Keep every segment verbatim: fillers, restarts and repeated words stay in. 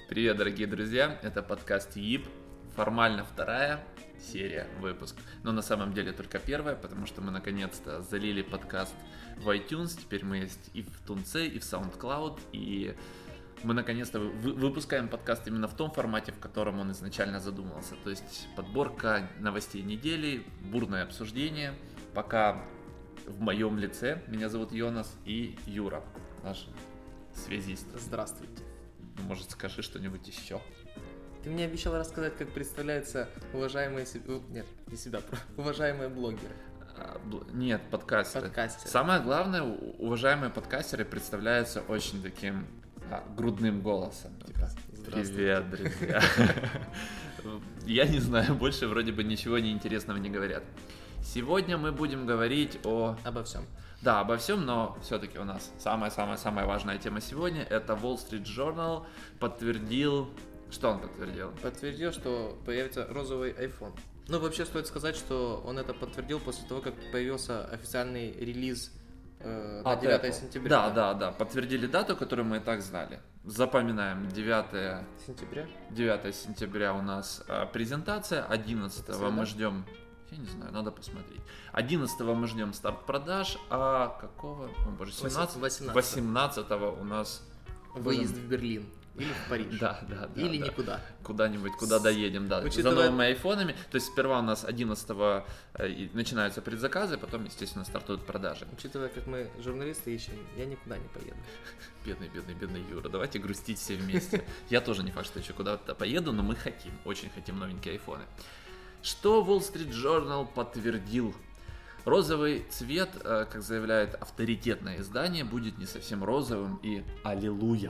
Привет, дорогие друзья, это подкаст ИИП, формально вторая серия, выпуск, но на самом деле только первая, потому что мы наконец-то залили подкаст в iTunes, теперь мы есть и в Тунце, и в SoundCloud, и мы наконец-то вы- выпускаем подкаст именно в том формате, в котором он изначально задумывался, то есть подборка новостей недели, бурное обсуждение, пока в моем лице, меня зовут Йонас, и Юра, наш связист. Здравствуйте. Может, скажи что-нибудь еще? Ты мне обещал рассказать, как представляются уважаемые себе... Нет, не себя, уважаемые блогеры. А, бл... Нет, подкастеры. Подкастеры. Самое главное, уважаемые подкастеры представляются очень таким а, грудным голосом. Типа, привет, друзья. Я не знаю, больше вроде бы ничего неинтересного не говорят. Сегодня мы будем говорить о... Обо всем. Да, обо всем, но все-таки у нас самая-самая-самая важная тема сегодня. Это Wall Street Journal подтвердил... Что он подтвердил? Подтвердил, что появится розовый iPhone. Ну, вообще стоит сказать, что он это подтвердил после того, как появился официальный релиз э, на От девятое Apple. сентября. Да, да, да. Подтвердили дату, которую мы и так знали. Запоминаем. девятое Сентября? девятое сентября у нас а, презентация. одиннадцатого мы Среда? ждем... Я не знаю, надо посмотреть. одиннадцатого мы ждем старт продаж, а какого? О, боже, семнадцатого? восемнадцатого. восемнадцатого у нас... Выезд в Берлин. Или в Париж. Да, да, да. Или да. никуда. Куда-нибудь, куда доедем, да. Учитывая- За новыми айфонами. То есть сперва у нас одиннадцатого э, и начинаются предзаказы, потом, естественно, стартуют продажи. Учитывая, как мы журналисты ищем, я никуда не поеду. Бедный, бедный, бедный Юра. Давайте грустить все вместе. Я тоже не факт, что еще куда-то поеду, но мы хотим, очень хотим новенькие айфоны. Что Wall Street Journal подтвердил? Розовый цвет, э, как заявляет авторитетное издание, будет не совсем розовым и аллилуйя.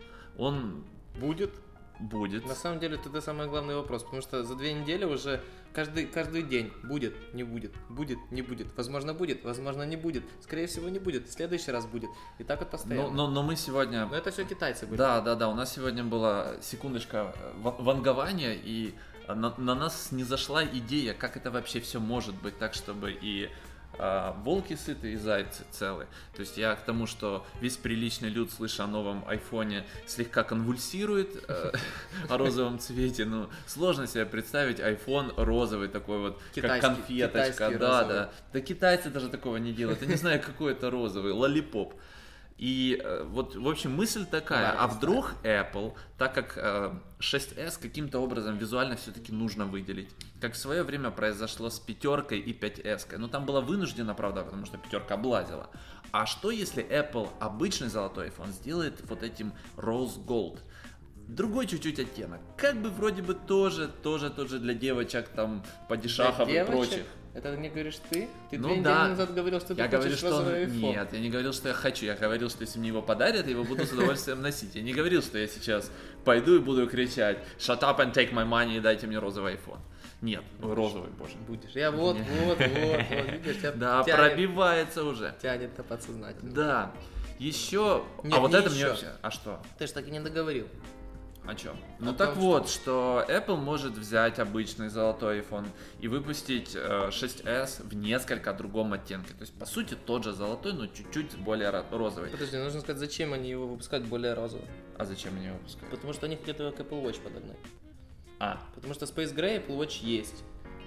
Он Будет? будет. На самом деле, это самый главный вопрос, потому что за две недели уже каждый, каждый день будет, не будет, будет, не будет, возможно будет, возможно не будет, скорее всего не будет, в следующий раз будет, и так вот постоянно. Но, но, но мы сегодня... Но это все китайцы были. Да, да, да, у нас сегодня была секундочка ва- вангования, и на, на нас не зашла идея, как это вообще все может быть так, чтобы и а, волки сыты, и зайцы целы. То есть я к тому, что весь приличный люд, слыша о новом айфоне, слегка конвульсирует э, о розовом цвете. Ну, сложно себе представить iPhone розовый такой вот, как Китайский- конфеточка. китайский Да, розовый. да. Да китайцы даже такого не делают. Я не знаю, какой это розовый, лолипоп. И э, вот, в общем, мысль такая, Да, а вдруг Apple, так как э, шесть эс каким-то образом визуально все-таки нужно выделить, как в свое время произошло с пятеркой и пять эс, ну там было вынуждено, правда, потому что пятерка облазила. А что если Apple обычный золотой iPhone сделает вот этим Rose Gold? Другой чуть-чуть оттенок, как бы вроде бы тоже, тоже, тоже для девочек там падишахов Для и прочих. девочек? Это не говоришь ты? Ты Ну две да. недели назад говорил, что ты Я говорю, хочешь что розовый он... iPhone. Нет, я не говорил, что я хочу. Я говорил, что если мне его подарят, я его буду с удовольствием носить. Я не говорил, что я сейчас пойду и буду кричать «Shut up and take my money» и дайте мне розовый iPhone. Нет, розовый, боже. Будешь. Я вот, Не. вот, вот, вот, видишь, тебя Да, тянет, пробивается уже. тянет на подсознательно. Да. Еще... Нет, а вот не это мне еще. вообще... А что? Ты ж так и не договорил. О чем? Ну О так том, вот, что Apple может взять обычный золотой iPhone и выпустить э, шесть эс в несколько другом оттенке. То есть, по сути, тот же золотой, но чуть-чуть более ро- розовый. Подожди, нужно сказать, зачем они его выпускают более розовым. А зачем они его выпускают? Потому что они хотят его к Apple Watch подогнать. А, Потому что Space Gray Apple Watch есть.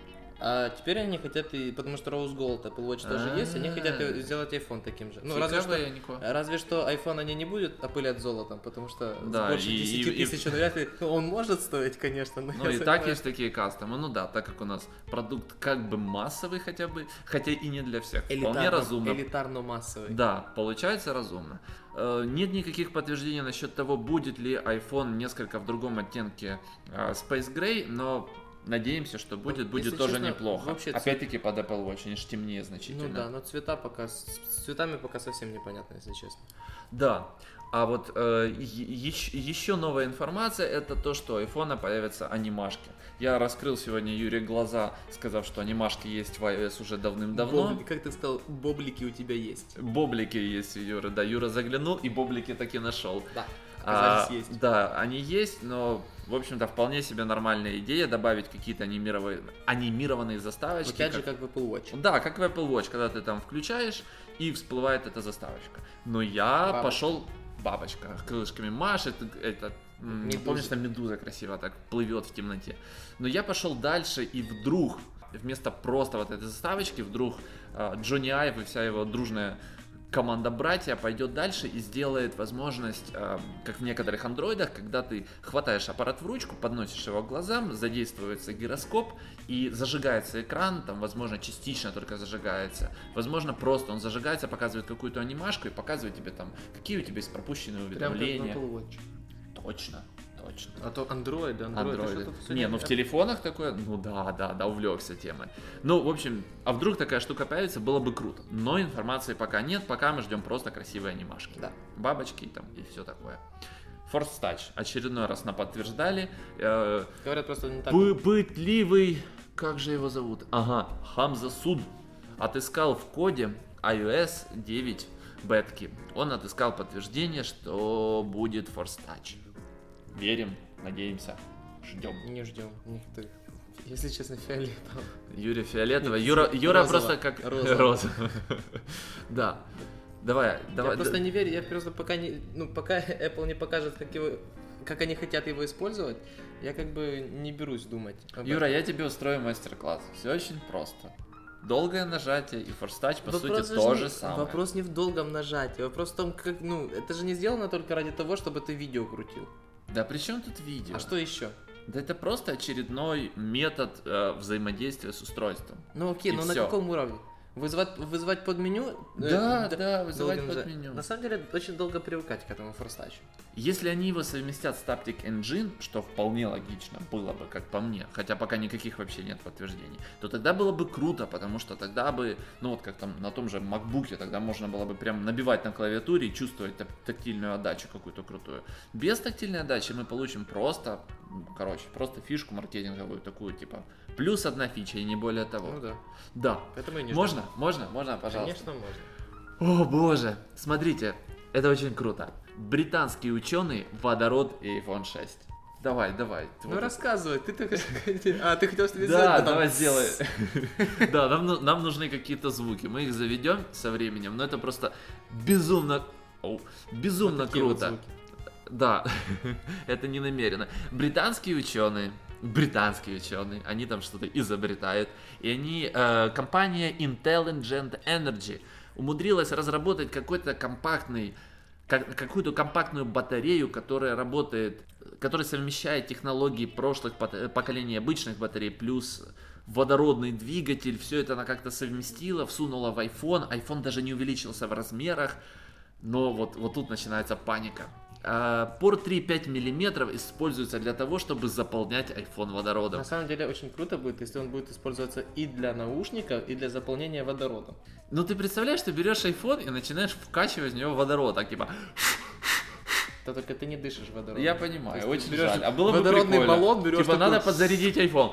А теперь они хотят, и потому что Rose Gold Apple Watch тоже есть, они хотят и- сделать iPhone таким же. Ну, разве что, Цикавенько. разве что iPhone они не будут опылять золотом, потому что Да, больше и- десять и- тысяч он вряд ли... Ну, он может стоить, конечно, но Ну я и так сомневаюсь. есть такие кастомы. Ну да, так как у нас продукт как бы массовый хотя бы, хотя и не для всех. Вполне Элитарно- разумно. Элитарно-массовый. Да, получается разумно. Э, Нет никаких подтверждений насчет того, будет ли iPhone несколько в другом оттенке э, Space Gray, но надеемся, что будет, Ну, будет если тоже честно, неплохо. вообще цвет- Опять-таки под Apple Watch, они же темнее значительно. Ну да, но цвета пока... С с цветами пока совсем непонятно, если честно. Да. А вот э, еще, еще новая информация, это то, что у айфона появятся анимашки. Я раскрыл сегодня Юре глаза, сказав, что анимашки есть в iOS уже давным-давно. Бобли- как ты сказал, боблики у тебя есть. Боблики есть у Юры, да, Юра заглянул и боблики таки нашел. Да, А, оказались есть. Да, они есть, но, в общем-то, вполне себе нормальная идея добавить какие-то анимированные, анимированные заставочки. Опять же, как- как в Apple Watch. Да, как в Apple Watch, когда ты там включаешь и всплывает эта заставочка. Но я Бабочка. пошел... Бабочка крылышками машет, этот Медуза. Помнишь, там медуза красиво так плывет в темноте. Но я пошел дальше, и вдруг, вместо просто вот этой заставочки, вдруг э, Джонни Айв и вся его дружная команда братья пойдет дальше и сделает возможность, э, как в некоторых андроидах, когда ты хватаешь аппарат в ручку, подносишь его к глазам, задействуется гироскоп и зажигается экран, там, возможно, частично только зажигается, возможно, просто он зажигается, показывает какую-то анимашку и показывает тебе там, какие у тебя есть пропущенные уведомления. Прям как в Apple Watch. Точно, точно. А то андроиды, андроиды. Android. Не, ну в телефонах такое, ну да, да, да, увлекся темой. Ну, в общем, а вдруг такая штука появится, было бы круто. Но информации пока нет, пока мы ждем просто красивые анимашки. Да. Бабочки там и все такое. Force Touch. Очередной раз нам подтверждали. Э, Говорят, просто не так. п- пытливый, как же его зовут? Ага, Хамза Суд отыскал в коде ай о эс девять бетки. Он отыскал подтверждение, что будет Force Touch. Верим, надеемся, ждем. Не ждем. Никто. Если честно, фиолетово. Юрия Фиолетова. Нет, Юра, Юра розово. просто как Розово. роза. Да. Давай, давай. Я просто да- не верю, я просто пока не, ну пока Apple не покажет, как его, как они хотят его использовать, я как бы не берусь думать. об Юра, этом. я тебе устрою мастер-класс. Все очень просто. Долгое нажатие и Force Touch, по Вопрос сути, же то не- же самое. Вопрос не в долгом нажатии, вопрос в том, как, ну, это же не сделано только ради того, чтобы ты видео крутил. Да при чем тут видео? А что еще? Да это просто очередной метод э, взаимодействия с устройством. Ну окей, И но на всё. каком уровне? Вызвать, вызвать под меню? Да, Э, да, вызывать долго под нажать. меню. На самом деле, очень долго привыкать к этому форстачу. Если они его совместят с Taptic Engine, что вполне логично было бы, как по мне, хотя пока никаких вообще нет подтверждений, то тогда было бы круто, потому что тогда бы, ну вот как там на том же MacBook'е, тогда можно было бы прям набивать на клавиатуре и чувствовать так- тактильную отдачу какую-то крутую. Без тактильной отдачи мы получим просто, ну, короче, просто фишку маркетинговую такую, типа, плюс одна фича и не более того. Ну да. Да. Поэтому и не Можно? Можно? Можно, пожалуйста? Конечно, можно. О боже, смотрите, это очень круто. Британские ученые, водород и iPhone шесть. Давай, давай. ты Ну вот- рассказывай, ты только... А, ты хотел что-то Да, сделать? давай сделай. Да, нам, ну- нам нужны какие-то звуки. Мы их заведем со временем, но это просто безумно, оу, безумно Вот такие вот круто. звуки. Да, это не намеренно. Британские ученые, британские ученые, они там что-то изобретают, и они, э, компания Intelligent Energy умудрилась разработать какой-то компактный, как- какую-то компактную батарею, которая работает, которая совмещает технологии прошлых пот- поколений обычных батарей плюс водородный двигатель. Все это она как-то совместила, всунула в iPhone. iPhone даже не увеличился в размерах, но вот, вот тут начинается паника. А, Порт три и пять миллиметров используется для того, чтобы заполнять iPhone водородом. На самом деле очень круто будет, если он будет использоваться и для наушников, и для заполнения водородом. Ну ты представляешь, ты берешь iPhone и начинаешь вкачивать в него водород, так типа... То только ты не дышишь водородом. Я понимаю, То есть ты очень берешь жаль. А было бы водородный прикольно. баллон, берешь Типа такой- надо подзарядить iPhone.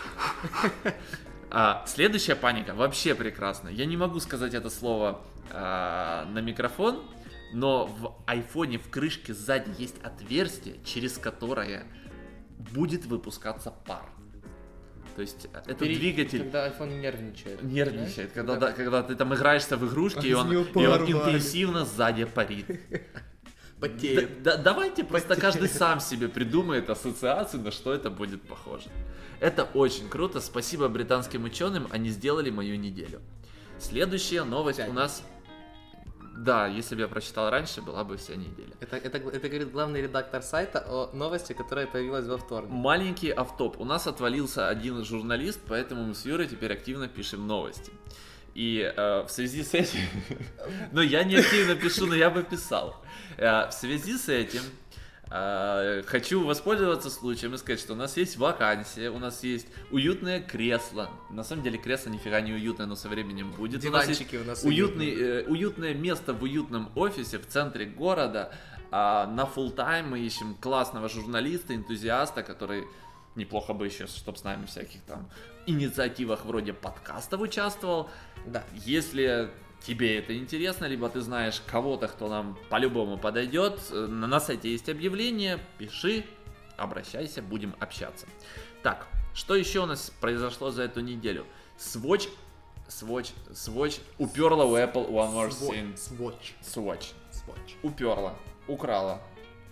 А, следующая паника вообще прекрасна. Я не могу сказать это слово а, на микрофон, но в айфоне в крышке сзади есть отверстие, через которое будет выпускаться пар. То есть э, это Пере- двигатель Когда iPhone нервничает. нервничает, когда, Когда- да, когда ты там играешься в игрушки, и А из он, него и пар он валит. интенсивно сзади парит. Потеет. Да- да- давайте просто Потеет. каждый сам себе придумает ассоциацию, на что это будет похоже. Это очень круто. Спасибо британским ученым, они сделали мою неделю. Следующая новость у нас... Да, если бы я прочитал раньше, была бы вся неделя. Это, это, это говорит главный редактор сайта о новости, которая появилась во вторник. Маленький автоп. У нас отвалился один журналист, поэтому мы с Юрой теперь активно пишем новости. И э, в связи с этим... Ну, я не активно пишу, но я бы писал. Э, в связи с этим э, хочу воспользоваться случаем и сказать, что у нас есть вакансия, у нас есть уютное кресло. На самом деле кресло нифига не уютное, но со временем будет. У нас есть Диванчики у нас уютный, э, уютное место в уютном офисе в центре города. А на full тайм мы ищем классного журналиста, энтузиаста, который неплохо бы еще, чтобы с нами в всяких там инициативах вроде подкастов участвовал. Да. Если тебе это интересно, либо ты знаешь кого-то, кто нам по-любому подойдет, э, на, на сайте есть объявление, пиши, обращайся, будем общаться. Так, что еще у нас произошло за эту неделю? Swatch, Swatch, Swatch уперла у Apple One More Thing. Swatch. Swatch. Swatch. Уперла, украла.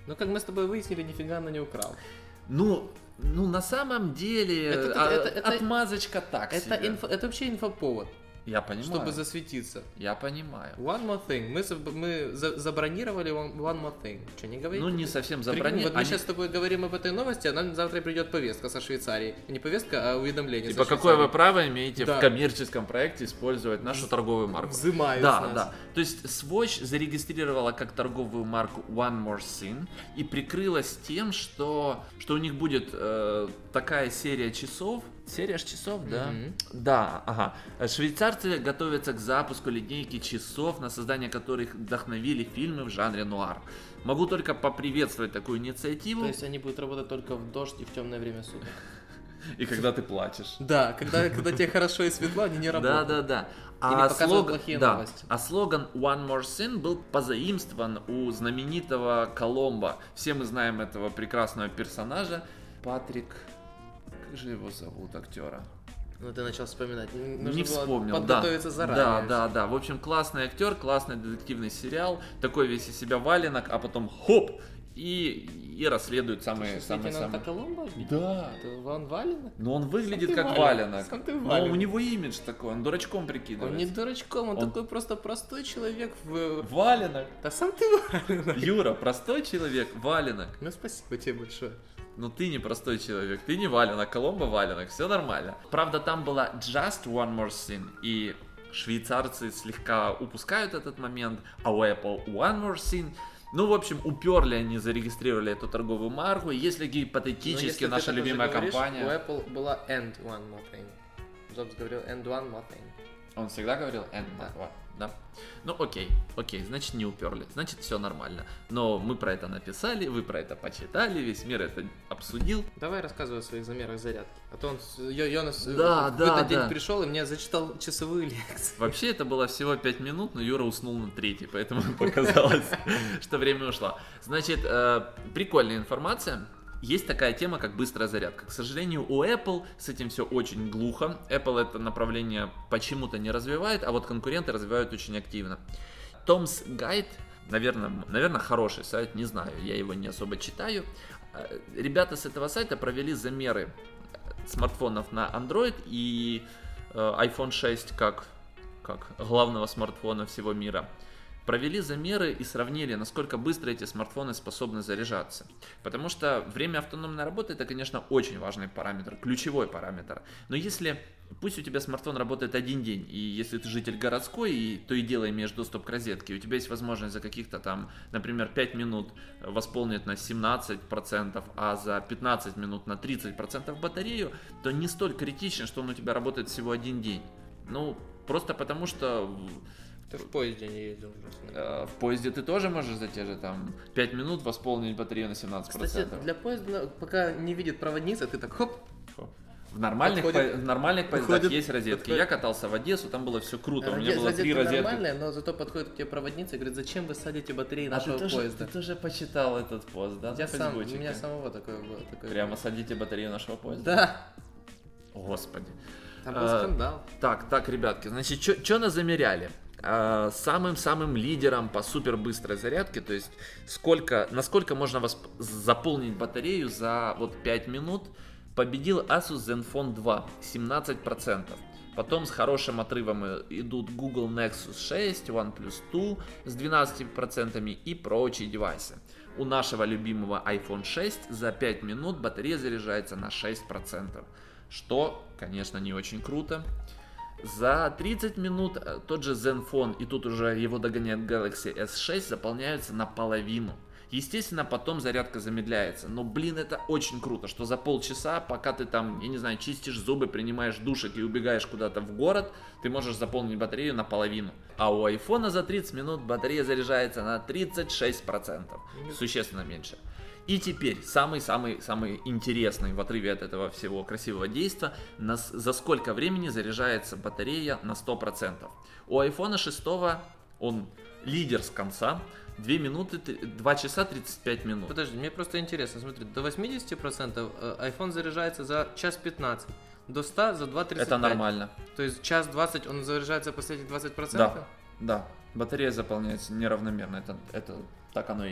Ну, как мы с тобой выяснили, нифига она не украл. Ну, ну на самом деле, Это- а, это- это- отмазочка так Это, себе. инфо- это вообще инфоповод, Я понимаю. чтобы засветиться. Я понимаю. One more thing. Мы, за- мы за- забронировали one, one more thing. Что, не говорите? Ну, не совсем Прикинь, забронировали. вот мы сейчас с тобой говорим об этой новости, а нам завтра придет повестка со Швейцарии. Не повестка, а уведомление Типа, со какое вы Швейцарии. право имеете Да. в коммерческом проекте использовать нашу торговую марку? Взымают Да, с нас. да. То есть Swatch зарегистрировала как торговую марку One More Thing и прикрылась тем, что, что у них будет э, такая серия часов. Серия ж часов, да? Мгм. Да, ага. Швейцарцы готовятся к запуску линейки часов, на создание которых вдохновили фильмы в жанре нуар. Могу только поприветствовать такую инициативу. То есть они будут работать только в дождь и в темное время суток. И когда ты плачешь. Да, когда, когда тебе хорошо и светло, они не работают. Да, да, да. Или А показывают слоган, плохие да, новости. а слоган One More Thing был позаимствован у знаменитого Коломбо. Все мы знаем этого прекрасного персонажа. Патрик... Как же его зовут, актера? Ну, ты начал вспоминать. Нужно Не было вспомнил, подготовиться да. заранее. Да, да, да. В общем, классный актер, классный детективный сериал. Такой весь из себя валенок, а потом хоп! И, и расследует самые, самые, Лейтенанта самые... Коломбо? Да. Это Ван Валена? Но он выглядит ты как валенок, валенок. сам ты Но валенок. у него имидж такой, он дурачком прикидывается. Он не дурачком, он, Он- такой просто простой человек в... Валенок. Да сам ты валенок. Юра, простой человек, валенок. Ну, спасибо тебе большое. Ну ты не простой человек, ты не валенок, Коломбо валенок, все нормально. Правда, там была Just One More Thing, и швейцарцы слегка упускают этот момент, а у Apple One More Thing. Ну, в общем, уперли они, зарегистрировали эту торговую марку, и если Но гипотетически если ты наша так уже любимая говоришь, компания... У Apple была and one more thing. Джобс говорил and one more thing. Он всегда говорил and Да. one, да? Ну, окей, окей, значит, не уперли, значит, все нормально. Но мы про это написали, вы про это почитали, весь мир это обсудил. Давай рассказывай о своих замерах зарядки. А то он, с- Ё- Йонас э, Да, в да, этот день да. пришел и мне зачитал часовую лекцию. Вообще это было всего пять минут, но Юра уснул на третьей, поэтому показалось, что время ушло. Значит, э, прикольная информация. Есть такая тема, как быстрая зарядка. К сожалению, у Apple с этим все очень глухо. Apple это направление почему-то не развивает, а вот конкуренты развивают очень активно. Tom's Guide, наверное, наверное, хороший сайт, не знаю, я его не особо читаю. Э, Ребята с этого сайта провели замеры смартфонов на Android и э, iPhone шесть как, как главного смартфона всего мира. Провели замеры и сравнили, насколько быстро эти смартфоны способны заряжаться. Потому что время автономной работы это, конечно, очень важный параметр, ключевой параметр. Но если, пусть у тебя смартфон работает один день, и если ты житель городской, и то и дело имеешь доступ к розетке, у тебя есть возможность за каких-то там, например, пять минут восполнить на семнадцать процентов, а за пятнадцать минут на тридцать процентов батарею, то не столь критично, что он у тебя работает всего один день. Ну, просто потому что... Ты в поезде не ездил просто. Э, В поезде ты тоже можешь за те же там пять минут восполнить батарею на семнадцать процентов. Кстати, для поезда, ну, пока не видит проводница, ты так хоп. В нормальных, Подходит- по- в нормальных поездах подходит- есть розетки. подходит- Я катался в Одессу, там было все круто. У меня Розе- было три розетка розетки. нормальная, но зато подходит к тебе проводница и говорит, зачем вы садите батареи А ты нашего тоже, поезда? ты тоже почитал этот пост, да? Я на сам, у Фейсбучике? меня самого такое было. Такое Прямо было. садите батарею нашего поезда? Да, Господи. там был А, скандал. Так, так, ребятки, значит, что нас замеряли? А, Самым-самым лидером по супер быстрой зарядке, то есть сколько, насколько можно восп- заполнить батарею за вот пять минут, победил Asus Zenfone два, семнадцать процентов. Потом с хорошим отрывом э, идут Google Nexus шесть, OnePlus два с двенадцатью процентами и прочие девайсы. У нашего любимого iPhone шесть за пять минут батарея заряжается на шесть процентов, что, конечно, не очень круто. За тридцать минут э, тот же Zenfone и тут уже его догоняет Galaxy эс шесть заполняются наполовину. Естественно, потом зарядка замедляется, но, блин, это очень круто, что за полчаса, пока ты там, я не знаю, чистишь зубы, принимаешь душик и убегаешь куда-то в город, ты можешь заполнить батарею наполовину. А у айфона за тридцать минут батарея заряжается на тридцать шесть процентов, существенно меньше. И теперь самый-самый-самый интересный в отрыве от этого всего красивого действия, нас- за сколько времени заряжается батарея на сто процентов. У айфона шесть он лидер с конца, две минуты, два часа тридцать пять минут. Подожди, мне просто интересно, смотри, до восемьдесят процентов э, iPhone заряжается за час пятнадцать, до ста за два тридцать пять. Это нормально. То есть час двадцать он заряжается последние двадцать процентов? Да, да. Батарея заполняется неравномерно, это, это так оно и есть.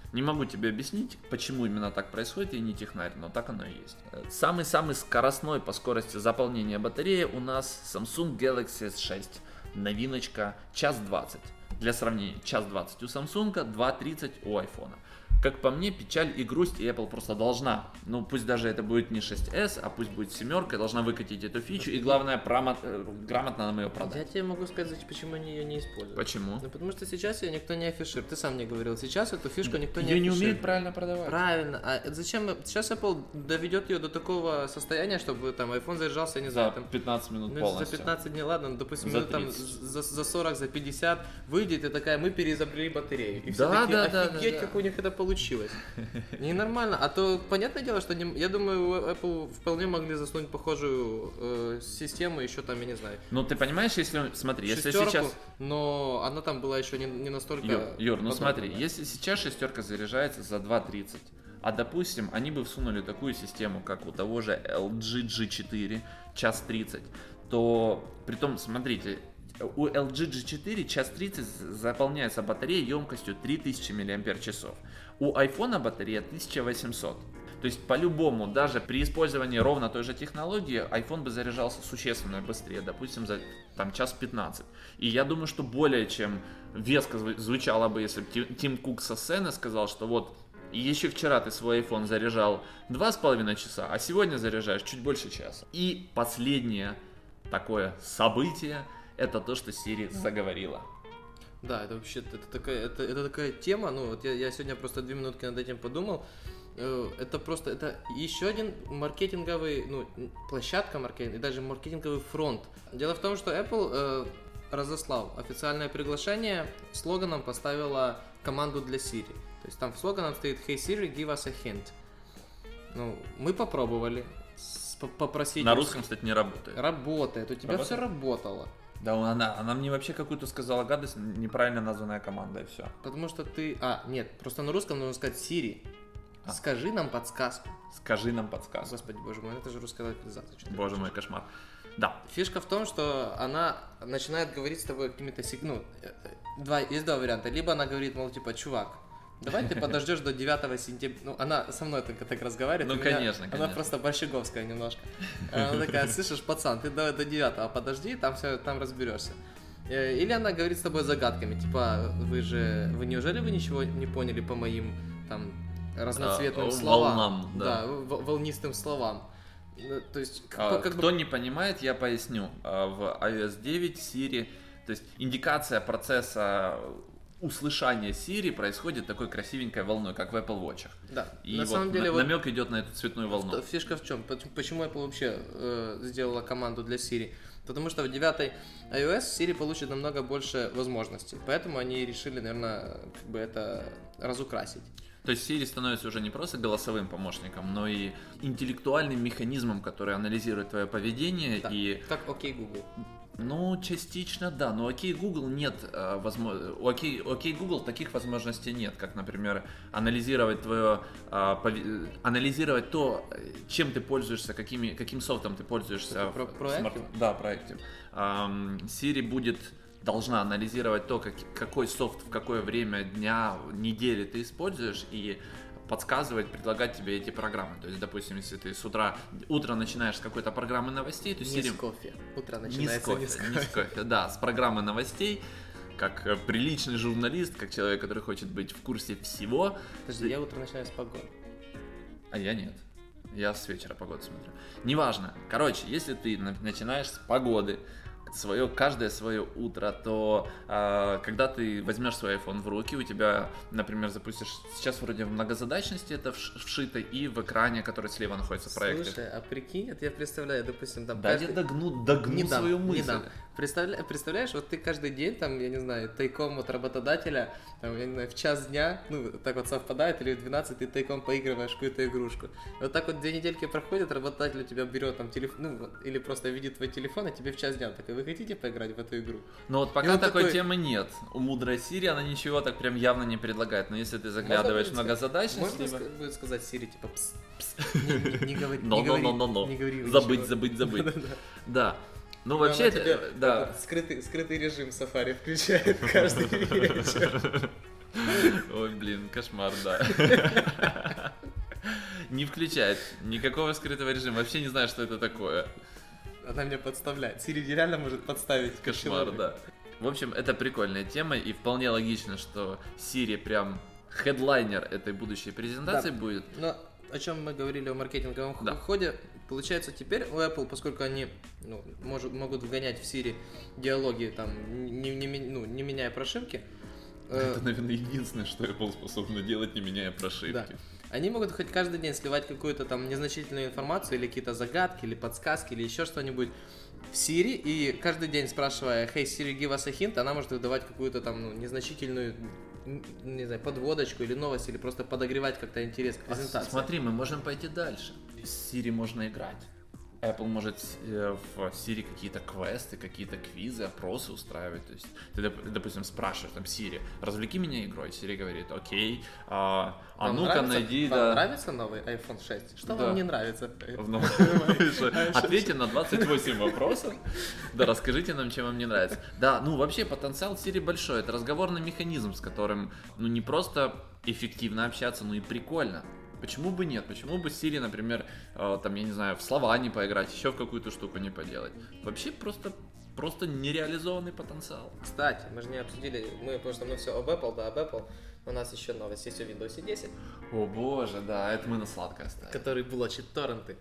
Не могу тебе объяснить, почему именно так происходит, я не технарь, но так оно и есть. Самый-самый скоростной по скорости заполнения батареи у нас Samsung Galaxy эс шесть. Новиночка час двадцать. Для сравнения, час двадцать у Samsung, два тридцать у iPhone. Как по мне, печаль и грусть, и Apple просто должна, ну пусть даже это будет не шесть эс, а пусть будет семерка, должна выкатить эту фичу, и главное, промот... грамотно нам ее продать. Я тебе могу сказать, почему они ее не используют. Почему? Ну потому что сейчас ее никто не афиширует, ты сам мне говорил, сейчас эту фишку никто не ее афиширует. не умеют правильно продавать. Правильно, а зачем, сейчас Apple доведет ее до такого состояния, чтобы там iPhone заряжался, я не знаю, За там... пятнадцать минут Ну, полностью. за пятнадцать дней, ладно, ну, допустим, За минут там за, за сорок, за пятьдесят выйдет и такая, мы переизобрели батарею. И все Да, такие, да, да, офигеть, да, да. как у них это получилось. Ненормально. А то, понятное дело, что не, я думаю, Apple вполне могли засунуть похожую э, систему еще там, я не знаю, Ну ты понимаешь, если, смотри, если шестерку, сейчас... но она там была еще не, не настолько... Юр, Юр, ну подробная. смотри, если сейчас шестерка заряжается за два тридцать, а допустим, они бы всунули такую систему, как у того же эл джи джи четыре, час тридцать, то, притом, смотрите, у эл джи джи четыре час тридцать заполняется батарея емкостью три тысячи мАч. У iPhone батарея тысяча восемьсот. То есть по-любому, даже при использовании ровно той же технологии, iPhone бы заряжался существенно быстрее, допустим, за там, час пятнадцать. И я думаю, что более чем веско звучало бы, если бы Тим Кук со сцены сказал, что вот и еще вчера ты свой iPhone заряжал два с половиной часа, а сегодня заряжаешь чуть больше часа. И последнее такое событие, это то, что Siri заговорила. Да, это вообще это такая, это, это такая тема, ну вот я, я сегодня просто две минутки над этим подумал, э, это просто, это еще один маркетинговый, ну, площадка маркетинга, и даже маркетинговый фронт. Дело в том, что Apple э, разослал официальное приглашение, слоганом поставила команду для Siri. То есть там слоганом стоит «Hey Siri, give us a hint». Ну, мы попробовали попросить... На русском, кстати, не работает. Работает, у тебя Работает? все работало. Да, она, она мне вообще какую-то сказала гадость, неправильно названная команда, и все. Потому что ты... А, нет, просто на русском нужно сказать Siri. А. Скажи нам подсказку. Скажи нам подсказку. Господи, боже мой, это же русская локализация. что-то Боже я мой, кошмар. Да. Фишка в том, что она начинает говорить с тобой какими-то сигналами. Ну, два, есть два варианта. Либо она говорит, мол, типа, чувак, давай ты подождешь до девятого сентября. Ну, она со мной только так разговаривает. Ну, у меня- конечно, Она конечно. просто борщеговская немножко. Она такая, слышишь, пацан, ты давай до девятого подожди, там все, там разберешься. Э, Или она говорит с тобой загадками, типа, вы же, вы неужели вы ничего не поняли по моим там разноцветным А, словам? волнам, да. в- волнистым словам. Ну, то есть, как, А, бы- как Кто бы... не понимает, я поясню. А, В ай о эс девять Siri, то есть индикация процесса услышания Siri происходит такой красивенькой волной, как в Apple Watch. Да, И на вот самом деле, на- вот намек идет на эту цветную волну. фишка в чем? Почему Apple вообще э, сделала команду для Siri? Потому что в девятой iOS Siri получит намного больше возможностей. Поэтому они решили, наверное, как бы это разукрасить. То есть Siri становится уже не просто голосовым помощником, но и интеллектуальным механизмом, который анализирует твое поведение. Да, И, как окей Google. ну, частично да, но окей Google нет э, возможно... у окей, окей Google таких возможностей нет, как, например, анализировать твое, э, пове- анализировать то, чем ты пользуешься, какими, каким софтом ты пользуешься. Это про- в проактив? смарт- Да, проактив. Ам, Siri будет должна анализировать то, как, какой софт в какое время дня, недели ты используешь, и подсказывать, предлагать тебе эти программы. То есть, допустим, если ты с утра, утро начинаешь с какой-то программы новостей, то Не Siri... с кофе. Утро Не с начинается кофе, не с кофе, да, с программы новостей, как э, приличный журналист, как человек, который хочет быть в курсе всего. Подожди, я утро начинаю с погоды. А я нет. Я с вечера погоду смотрю. Неважно. Короче, если ты на- начинаешь с погоды, свое, каждое свое утро, то э, когда ты возьмешь свой iPhone в руки, у тебя, например, запустишь, сейчас вроде в многозадачности это вш- вшито, и в экране, который слева находится в проекте. Слушай, а прикинь, это я представляю, допустим, там Да, каждый- я догну, догну Не дам, свою не мысль. дам. Представля- представляешь, вот ты каждый день, там, я не знаю, тайком от работодателя, там, я не знаю, в час дня, ну, так вот совпадает, или в двенадцать ты тайком поигрываешь в какую-то игрушку. И вот так вот две недельки проходят, работодатель у тебя берет там телефон, ну, вот, или просто видит твой телефон, а тебе в час дня, такой, вы хотите поиграть в эту игру? Но вот И пока он такой такой- темы нет. У мудрой Siri она ничего так прям явно не предлагает. Но если ты заглядываешь в Можно многозадачность, Можно либо... ска- будет сказать Siri, типа, пс, пс, не, не- не говори, Но, не но, говори, но, но, но. не говори Забыть, ничего. забыть, забыть. Да-да-да. Да. Ну, И вообще, она это, тебе да. этот скрытый, скрытый режим Safari включает каждый вечер. Ой, блин, кошмар, да. Не включает никакого скрытого режима. Вообще не знаю, что это такое. Она меня подставляет. Siri реально может подставить. Кошмар, человека. Да. В общем, это прикольная тема, и вполне логично, что Siri прям хедлайнер этой будущей презентации, да, будет. Но о чем мы говорили о маркетинговом, да, ходе, получается теперь у Apple, поскольку они, ну, может, могут вгонять в Siri диалоги, там, не, не, ну, не меняя прошивки. Это, наверное, единственное, что Apple способна делать, не меняя прошивки. Да. Они могут хоть каждый день сливать какую-то там незначительную информацию или какие-то загадки, или подсказки, или еще что-нибудь в Siri, и каждый день спрашивая «Hey, Siri, give us a hint», она может выдавать какую-то там, ну, незначительную, не знаю, подводочку или новость, или просто подогревать как-то интерес к презентации. А смотри, мы можем пойти дальше. С Siri можно играть. Apple может в Siri какие-то квесты, какие-то квизы, опросы устраивать. То есть ты, допустим, спрашиваешь там Siri, развлеки меня игрой. Siri говорит, окей, а, а ну-ка найди... Вам да... нравится новый айфон шесть? Что да. вам не нравится? Ответьте на двадцать восемь вопросов. Да, расскажите нам, чем вам не нравится. Да, ну вообще потенциал Siri большой. Это разговорный механизм, с которым ну не просто эффективно общаться, но и прикольно. Почему бы нет? Почему бы Siri, например, э, там, я не знаю, в слова не поиграть, еще в какую-то штуку не поделать? Вообще просто, просто нереализованный потенциал. Кстати, мы же не обсудили, мы, потому что мы все об Apple, да, об Apple. У нас еще новость есть о Windows десять. О боже, да, это мы на сладкое оставили. Который блочит торренты.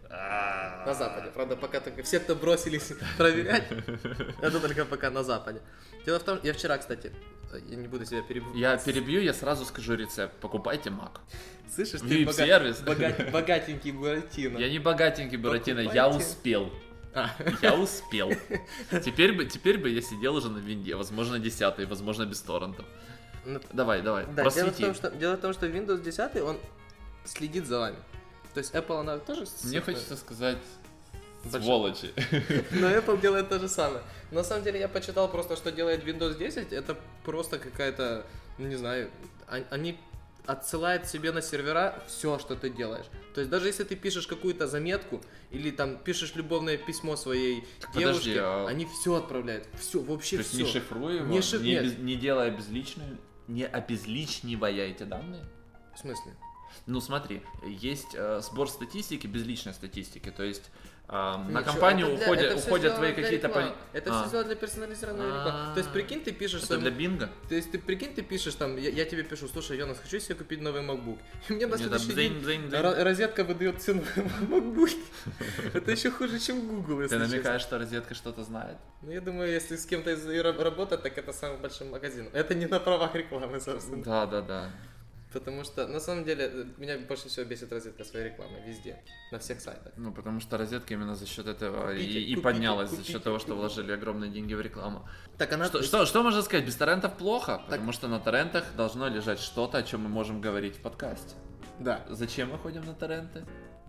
На Западе. Правда, пока только все, кто бросились проверять, это только пока на Западе. Дело в том, я вчера, кстати, я не буду себя перебивать. Я перебью, я сразу скажу рецепт. Покупайте Mac. Слышишь, ты богат... богат... богатенький Буратино. Я не богатенький Буратино, я успел. А. Я успел. Теперь бы, теперь бы я сидел уже на винде, возможно, десятый, возможно, без торрентов. Ну, давай, давай, да, просвети. Дело в, том, что, дело в том, что Windows десять, он следит за вами. То есть Apple, она тоже... Мне хочется сказать... Сволочи. Но Apple делает то же самое. На самом деле я почитал просто, что делает Windows десять. Это просто какая-то, не знаю, они отсылают себе на сервера все, что ты делаешь. То есть даже если ты пишешь какую-то заметку или там пишешь любовное письмо своей так девушке, подожди, а... они все отправляют. Все, вообще то все. То есть не шифруя его, не, шиф... не, без... не делая безличную, не обезличивая эти данные? В смысле? Ну смотри, есть э, сбор статистики, безличной статистики, то есть Uh, на компанию для, уходят, уходят твои какие-то... Поли... Это а. все сделано для персонализированной рекламы. То есть, прикинь, ты пишешь... Это своему... для бинго? То есть, ты прикинь, ты пишешь там, я, я тебе пишу, слушай, Йонас, хочу себе купить новый MacBook. И мне на следующий день розетка выдает цену MacBook. Это еще хуже, чем Google, если Ты намекаешь, что розетка что-то знает? Ну, я думаю, если с кем-то работать, так это самый большой магазин. Это не на правах рекламы, собственно. Да, да, да. Потому что, на самом деле, меня больше всего бесит розетка своей рекламы везде, на всех сайтах. Ну, потому что розетка именно за счет этого купите, и, и купите, поднялась, купите, за счет того, что купите. Вложили огромные деньги в рекламу. Так она... Что, что, что можно сказать? Без торрентов плохо, так... потому что на торрентах должно лежать что-то, о чем мы можем говорить в подкасте. Да. Зачем мы ходим на торренты?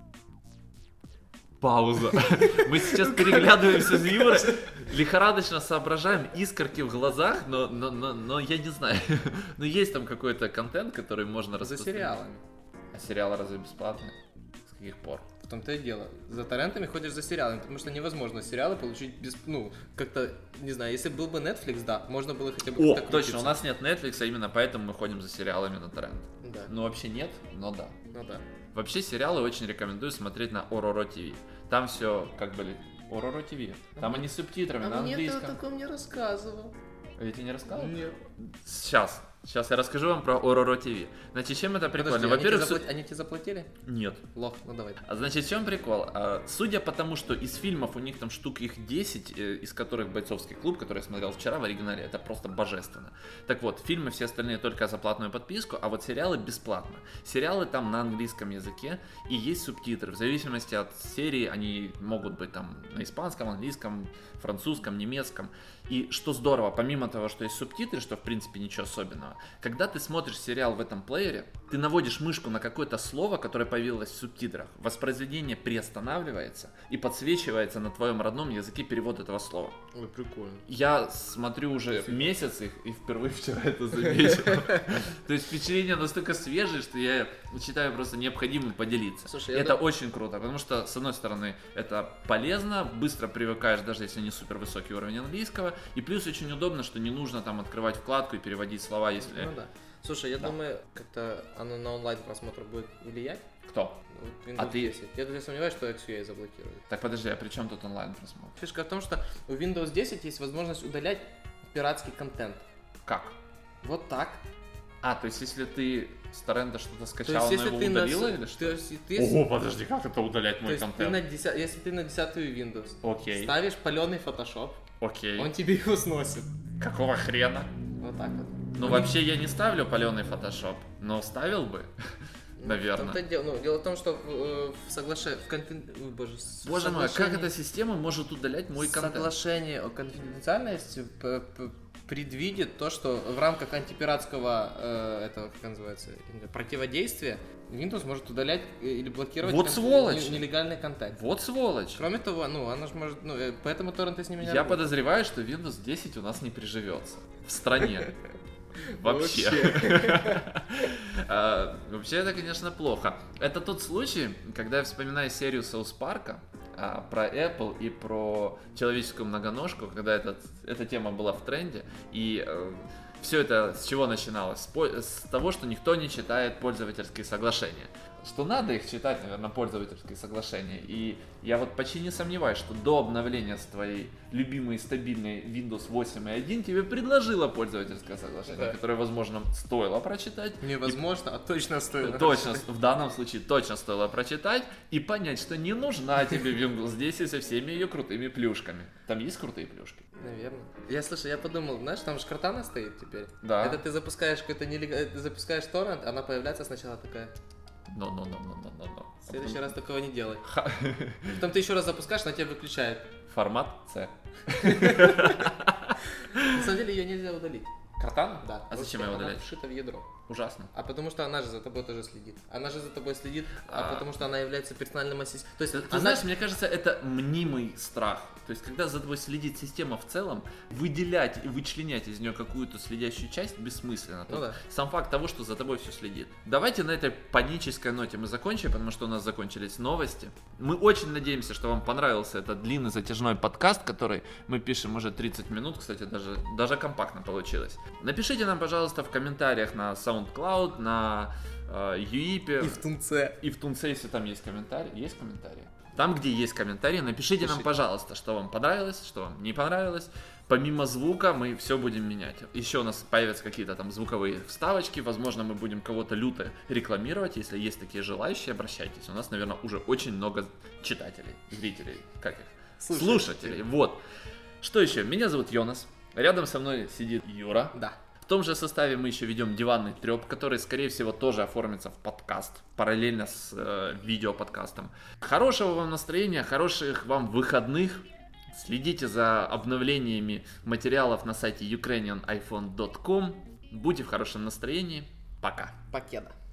Пауза. Мы сейчас переглядываемся с Юрой, лихорадочно соображаем, искорки в глазах, но, но, но, но я не знаю. Но есть там какой-то контент, который можно распространять. За сериалами. А сериалы разве бесплатные? С каких пор? В том-то и дело. За торрентами ходишь за сериалами, потому что невозможно сериалы получить без... Ну, как-то, не знаю, если был бы Netflix, да, можно было хотя бы... О, точно, крутиться. У нас нет Netflix, а именно поэтому мы ходим за сериалами на торрент. Да. Ну, вообще нет, но да. Ну да. Вообще сериалы очень рекомендую смотреть на Ороро ТВ. Там все как бы Ороро ТВ. Там а они с субтитрами а на английском. А мне ты о таком не рассказывал. Я тебе не рассказывал? Нет. Сейчас. Сейчас я расскажу вам про Ороро ТВ. Значит, чем это прикольно? Подожди, Во-первых, они, тебе запла... они тебе заплатили? Нет. Лох, ну давай. А значит, в чем прикол? А, судя по тому, что из фильмов у них там штук их десять, э, из которых «Бойцовский клуб», который я смотрел вчера в оригинале, это просто божественно. Так вот, фильмы все остальные только за платную подписку, а вот сериалы бесплатно. Сериалы там на английском языке и есть субтитры. В зависимости от серии они могут быть там на испанском, английском, французском, немецком. И что здорово, помимо того, что есть субтитры, что в принципе ничего особенного, когда ты смотришь сериал в этом плеере, ты наводишь мышку на какое-то слово, которое появилось в субтитрах, воспроизведение приостанавливается и подсвечивается на твоем родном языке перевод этого слова. Ой, прикольно. Я смотрю уже месяц их и впервые вчера это заметил. То есть впечатления настолько свежие, что я считаю просто необходимым поделиться. Это очень круто, потому что, с одной стороны, это полезно, быстро привыкаешь, даже если не супер высокий уровень английского, и плюс очень удобно, что не нужно там открывать вкладку и переводить слова, если... Ну да. Слушай, я Да. думаю, как-то оно на онлайн-просмотр будет влиять. Кто? Вот Windows А ты- десять. Я, я сомневаюсь, что икс ю эй заблокирует. Так подожди, а при чем тут онлайн просмотр? Фишка в том, что у Windows десять есть возможность удалять пиратский контент. Как? Вот так. А, то есть если ты с торрента что-то То есть, скачал, оно если его ты удалило на... или то что? есть, ты... Ого, подожди, как это удалять То мой есть ты контент? на деся- если ты на десятую Windows Окей, ставишь паленый Photoshop, окей. он тебе его сносит. Какого хрена? Вот так вот. Ну, Он- вообще я не ставлю паленый фотошоп, но ставил бы, Ну, наверное. в том-то дело, ну, дело в том, что в, э, в соглашении... В конфин... Ой, боже, с- в Боже мой, как соглашении- эта система может удалять мой контент? Соглашение о конфиденциальности п- п- предвидит то, что в рамках антипиратского э, этого, как называется, противодействия Windows может удалять э, или блокировать Вот кон- сволочь! не- нелегальный контент. Вот сволочь. Кроме того, ну, она же может, ну, э, поэтому торренты с ними не Я работают. подозреваю, что Windows десять у нас не приживется. В стране. Вообще. А, Вообще это, конечно, плохо. Это тот случай, когда я вспоминаю серию Саус Парка а, про Apple и про человеческую многоножку, когда этот, эта тема была в тренде, и все это с чего начиналось? С, по- с того, что никто не читает пользовательские соглашения. Что надо их читать, наверное, пользовательские соглашения. И я вот почти не сомневаюсь, что до обновления с твоей любимой и стабильной Windows восемь и один тебе предложило пользовательское соглашение, Да. которое, возможно, стоило прочитать. Невозможно, а точно стоит. Точно, в данном случае точно стоило прочитать и понять, что не нужна тебе Windows десять со всеми ее крутыми плюшками. Там есть крутые плюшки? Наверное. Я, слушай, я подумал, знаешь, там же Cortana стоит теперь. Да. Это ты запускаешь какой-то нелег... ты запускаешь торрент, она появляется сначала такая. Но-но-но-но-но-но. В следующий раз такого не делай. Ха- Потом ты еще раз запускаешь, она тебя выключает. Формат C. На самом деле ее нельзя удалить. Картана? Да. А зачем Вот ее она удалять? вшита в ядро. Ужасно. А потому что она же за тобой тоже следит. Она же за тобой следит, а, А. потому что она является персональным ассистентом. То есть Ты, ты она... знаешь, мне кажется, это мнимый страх. То есть, когда за тобой следит система в целом, выделять и вычленять из нее какую-то следящую часть бессмысленно. Ну Тут да. Сам факт того, что за тобой все следит. Давайте на этой панической ноте мы закончим, потому что у нас закончились новости. Мы очень надеемся, что вам понравился этот длинный затяжной подкаст, который мы пишем уже тридцать минут. Кстати, даже, даже компактно получилось. Напишите нам, пожалуйста, в комментариях на SoundCloud, на э, Юипе. И в Тунце. И в Тунце, если там есть комментарии. Есть комментарии? Там, где есть комментарии, напишите нам, Пишите. пожалуйста, что вам понравилось, что вам не понравилось. Помимо звука мы все будем менять. Еще у нас появятся какие-то там звуковые вставочки. Возможно, мы будем кого-то люто рекламировать. Если есть такие желающие, обращайтесь. У нас, наверное, уже очень много читателей, зрителей, как их? Слушателей. Слушателей. Вот. Что еще? Меня зовут Йонас. Рядом со мной сидит Юра. Да. В том же составе мы еще ведем диванный треп, который, скорее всего, тоже оформится в подкаст, параллельно с э, видеоподкастом. Хорошего вам настроения, хороших вам выходных. Следите за обновлениями материалов на сайте ukrainian iphone точка com. Будьте в хорошем настроении. Пока. Покеда.